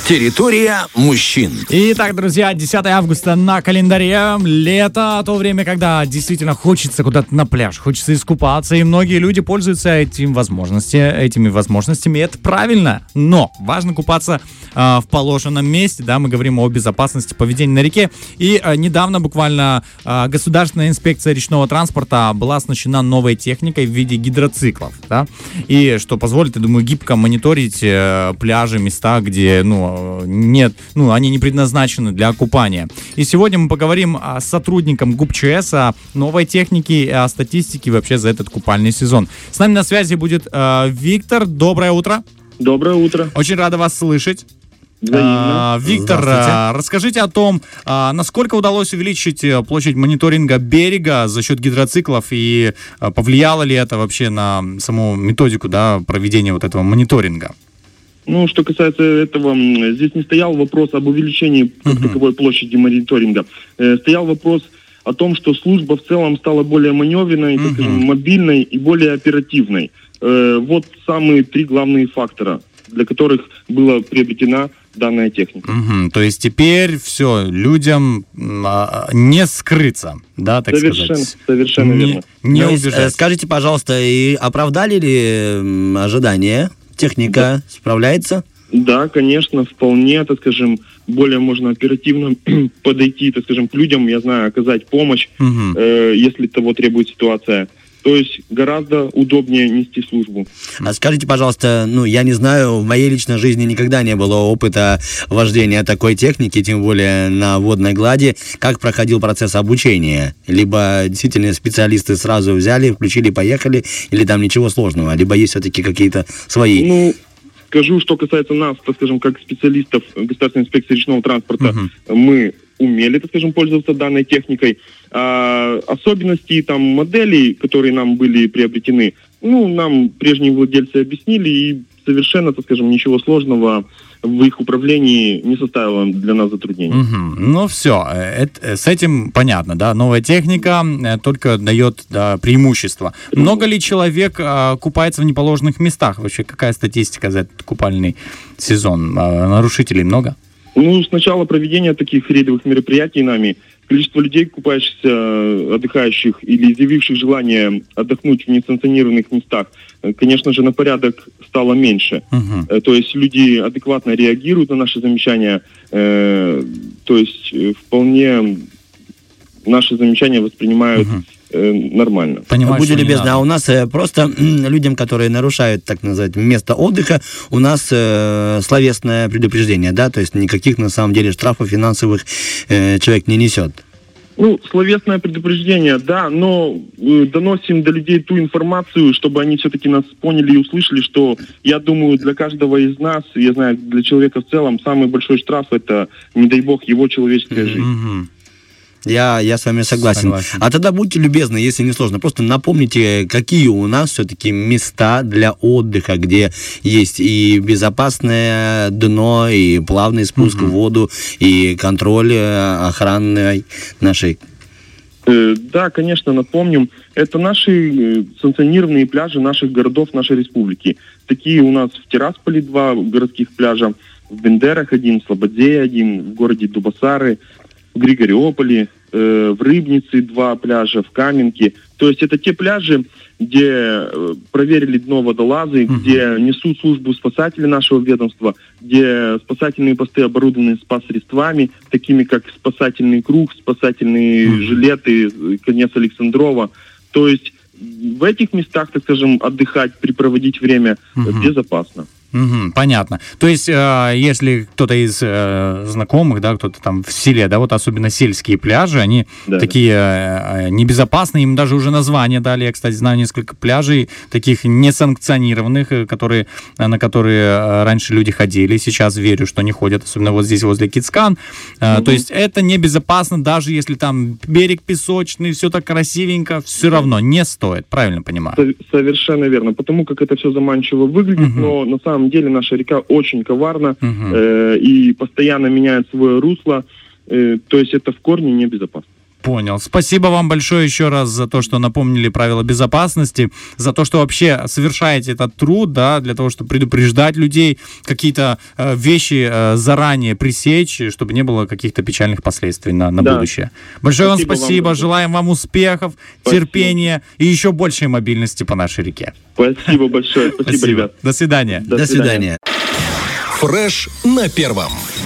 Территория мужчин. Итак, друзья, 10 августа на календаре. Лето, то время, когда действительно хочется куда-то на пляж, хочется искупаться, и многие люди пользуются этими возможностями, и это правильно. Но важно купаться в положенном месте, да, мы говорим о безопасности поведения на реке. И недавно буквально Государственная инспекция речного транспорта была оснащена новой техникой в виде гидроциклов, да, и что позволит, я думаю, гибко мониторить пляжи, места, где, они не предназначены для купания. И сегодня мы поговорим с сотрудником ГУПЧС о новой технике и о статистике вообще за этот купальный сезон. С нами на связи будет Виктор. Доброе утро. Доброе утро. Очень рада вас слышать. Виктор, расскажите о том, насколько удалось увеличить площадь мониторинга берега за счет гидроциклов, и повлияло ли это вообще на саму методику, да, проведения вот этого мониторинга? Что касается этого, здесь не стоял вопрос об увеличении таковой площади мониторинга. Стоял вопрос о том, что служба в целом стала более маневренной, так скажем, мобильной и более оперативной. Вот самые три главные фактора, для которых была приобретена данная техника. То есть теперь все, людям не скрыться, да, так сказать? Совершенно верно. Не убежать. Скажите, пожалуйста, и оправдали ли ожидания? Техника справляется? Да, конечно, вполне, так скажем, более можно оперативно подойти, так скажем, к людям, я знаю, оказать помощь, если того требует ситуация. То есть гораздо удобнее нести службу. А скажите, пожалуйста, я не знаю, в моей личной жизни никогда не было опыта вождения такой техники, тем более на водной глади. Как проходил процесс обучения? Либо действительно специалисты сразу взяли, включили, поехали, или там ничего сложного? Либо есть все-таки какие-то свои... Скажу, что касается нас, так скажем, как специалистов Государственной инспекции речного транспорта, мы умели, так скажем, пользоваться данной техникой. Особенности моделей, которые нам были приобретены, нам прежние владельцы объяснили, и совершенно, так скажем, ничего сложного в их управлении не составило для нас затруднений. Все, с этим понятно, да, новая техника только дает преимущество. Много ли человек купается в неположенных местах? Вообще, какая статистика за этот купальный сезон? Нарушителей много? С начала проведения таких рейдовых мероприятий нами количество людей, купающихся, отдыхающих или изъявивших желание отдохнуть в несанкционированных местах, конечно же, на порядок стало меньше. То есть люди адекватно реагируют на наши замечания, то есть вполне наши замечания воспринимают нормально. Будьте любезны, а у нас просто людям, которые нарушают, так называть, место отдыха, у нас словесное предупреждение, да, то есть никаких на самом деле штрафов финансовых человек не несет. Словесное предупреждение, да, но доносим до людей ту информацию, чтобы они все-таки нас поняли и услышали, что, я думаю, для каждого из нас, я знаю, для человека в целом, самый большой штраф — это, не дай бог, его человеческая жизнь. Я с вами согласен. А тогда будьте любезны, если не сложно, просто напомните, какие у нас все-таки места для отдыха, где есть и безопасное дно, и плавный спуск в воду, и контроль охранной нашей. Да, конечно, напомним. Это наши санкционированные пляжи наших городов нашей республики. Такие у нас в Тирасполе 2 городских пляжа, в Бендерах 1, в Слободе 1, в городе Дубасары, в Григориополе, в Рыбнице 2 пляжа, в Каменке. То есть это те пляжи, где проверили дно водолазы, где несут службу спасатели нашего ведомства, где спасательные посты оборудованы спас-средствами, такими как спасательный круг, спасательные жилеты, конец Александрова. То есть в этих местах, так скажем, отдыхать, припроводить время безопасно. Понятно. То есть, если кто-то из знакомых, да, кто-то там в селе, да, вот особенно сельские пляжи, они такие небезопасные, им даже уже название дали. Я, кстати, знаю несколько пляжей, таких несанкционированных, на которые раньше люди ходили, сейчас верю, что не ходят, особенно вот здесь возле Кицкан. То есть, это небезопасно, даже если там берег песочный, все так красивенько, все равно не стоит, правильно понимаю? Совершенно верно, потому как это все заманчиво выглядит, но на самом деле наша река очень коварна и постоянно меняет свое русло, то есть это в корне небезопасно. Понял. Спасибо вам большое еще раз за то, что напомнили правила безопасности, за то, что вообще совершаете этот труд, да, для того, чтобы предупреждать людей, какие-то вещи заранее пресечь, чтобы не было каких-то печальных последствий на будущее. Большое вам спасибо. Желаем вам успехов, терпения и еще большей мобильности по нашей реке. Спасибо большое. Спасибо, ребят. До свидания. До свидания. Фреш на первом.